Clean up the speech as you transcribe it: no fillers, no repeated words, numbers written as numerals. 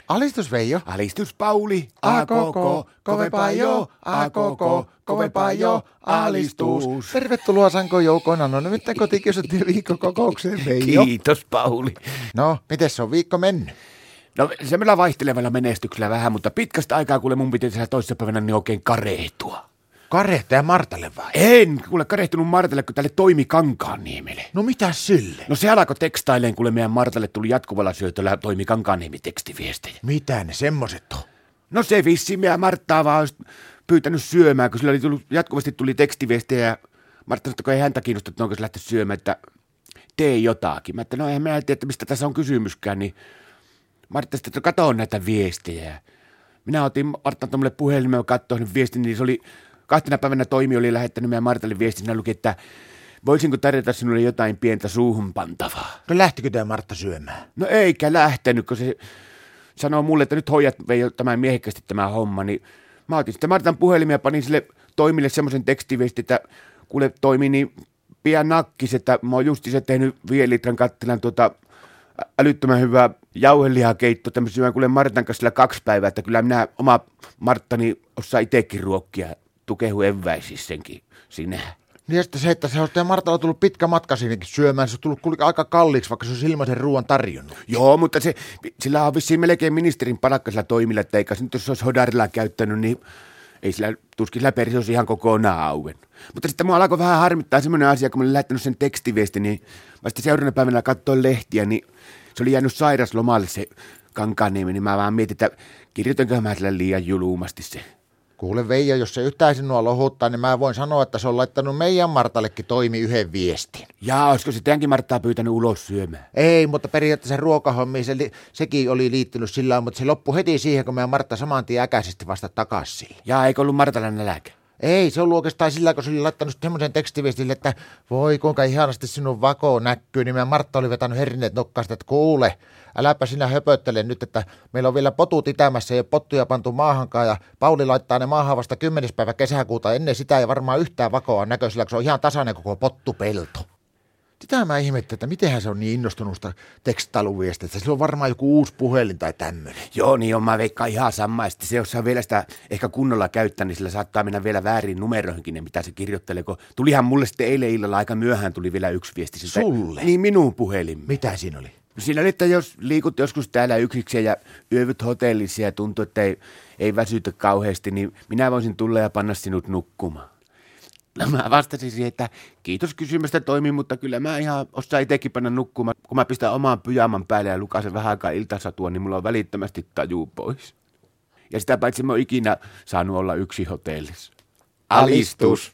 Alistus Veijo. Alistus Pauli. A koko, kovempaa jo. A koko, kovempaa jo. Alistus. Tervetuloa Sanko joukoina. No nyt kotikiusattiin viikkokokoukseen Veijo. Kiitos Pauli. No, miten se on viikko mennyt? No semmoilla vaihtelevalla menestyksellä vähän, mutta pitkästä aikaa kuule mun piti tehdä toisessa päivänä niin oikein karehtua. Karehtaja Martalle vai? En kuule karehtunut Martalle, kun tälle Toimi Kankaanniemelle. No mitä sille? No se alkoi tekstaileen, kuule meidän Martalle tuli jatkuvalla syötöllä Toimi Kankaanniemi tekstiviestejä. Mitä ne semmoset on? No se vissiin meidän Marttaa vaan olisi pyytänyt syömään, kun sillä oli jatkuvasti tuli tekstiviestejä ja Martta sanoi, että kun ei häntä kiinnosta, että onko se lähtenyt syömään, että tee jotakin. Mä että no eihän mä tiedä, että mistä tässä on kysymyskään, niin Martta sitten, että katso näitä viestejä. Minä otin Marttan tuommoille puhelimeen ja katsoin viestin, niin se oli 2 päivänä Toimi oli lähettänyt meidän Martalle viestin, siinä luki, että voisinko tarjota sinulle jotain pientä suuhun pantavaa. No lähtikö tämä Martta syömään? No eikä lähtenyt, kun se sanoo mulle, että nyt hoidat Veijo tämän miehekkäästi tämä homma, niin mä otin sitten Martan puhelimia ja panin sille Toimille semmoisen tekstiviestin, että kuule Toimi, niin pian nakkis, että mä oon justiinsa tehnyt 5 litran kattilan älyttömän hyvää jauhelihakeitto tämmöisen kuule Martan kanssa 2 päivää, että kyllä minä oma Marttani osaa itsekin ruokkia, tukehu eväisissä senkin sinä. Niin ja sitten se, että se olisi Martalla tullut pitkä matka sinnekin syömään, se on tullut aika kalliiksi, vaikka se olisi ilmaisen ruoan tarjonnut. Joo, mutta sillä on vissiin melkein ministerin palkkaisella Toimilla, että eikä se nyt jos se olisi Hodarilla käyttänyt, niin ei sillä tuskin sillä persi olisi ihan kokonaan auen. Mutta sitten mua alkoi vähän harmittaa semmoinen asia, kun mä olin lähettänyt sen tekstiviesti, niin mä sitten seuraavana päivänä katsoin lehtiä, niin se oli jäänyt sairaslomalle se Kankaanniemi, niin mä vaan mietin, että kirjoitanko mä sillä liian julumasti se. Kuule Veijo, jos se yhtään sinua lohuttaa, niin mä voin sanoa, että se on laittanut meidän Martallekin Toimi yhden viestin. Jaa, olisiko se teidänkin Marttaa pyytänyt ulos syömään? Ei, mutta periaatteessa ruokahommiin sekin oli liittynyt sillä, mutta se loppui heti siihen, kun meidän Martta saman tien äkäisesti vasta takaisin sille. Jaa, eikö ollut Martalla nälkä? Ei, se on ollut oikeastaan sillä, kun se oli laittanut semmoisen tekstiviestille, että voi kuinka ihanasti sinun vako näkyy, niin meidän Martta oli vetänyt herneet nokkaasta, että kuule, äläpä sinä höpöttele nyt, että meillä on vielä potut itämässä, ei ole pottuja pantu maahankaan ja Pauli laittaa ne maahan vasta 10. päivä kesäkuuta, ennen sitä ei varmaan yhtään vakoa on näköisellä, kun se on ihan tasainen koko pottupelto. Sitä mä ihmettä, että mitenhän se on niin innostunut tekstailuviestistä. Sillä on varmaan joku uusi puhelin tai tämmöinen. Joo, niin on, mä veikkaan ihan sama. Sitten se, jos saa vielä sitä ehkä kunnolla käyttää, niin sillä saattaa mennä vielä väärin numeroihinkin ne, mitä se kirjoittelee. Kun tulihan mulle sitten eilen illalla aika myöhään tuli vielä yksi viesti. Sulle? Niin minun puhelimeen. Mitä siinä oli? Siinä oli, että jos liikut joskus täällä yksikseen ja yövyt hotellissa ja tuntuu, että ei väsytä kauheasti, niin minä voisin tulla ja panna sinut nukkumaan. No mä vastasin siihen, että kiitos kysymästä Toimi, mutta kyllä mä ihan osaan itsekin panna nukkumaan. Kun mä pistän omaan pyjaman päälle ja lukasen vähän aikaa iltasatua, niin mulla on välittömästi taju pois. Ja sitä paitsi mä oon ikinä saanut olla yksi hotellissa. Alistus.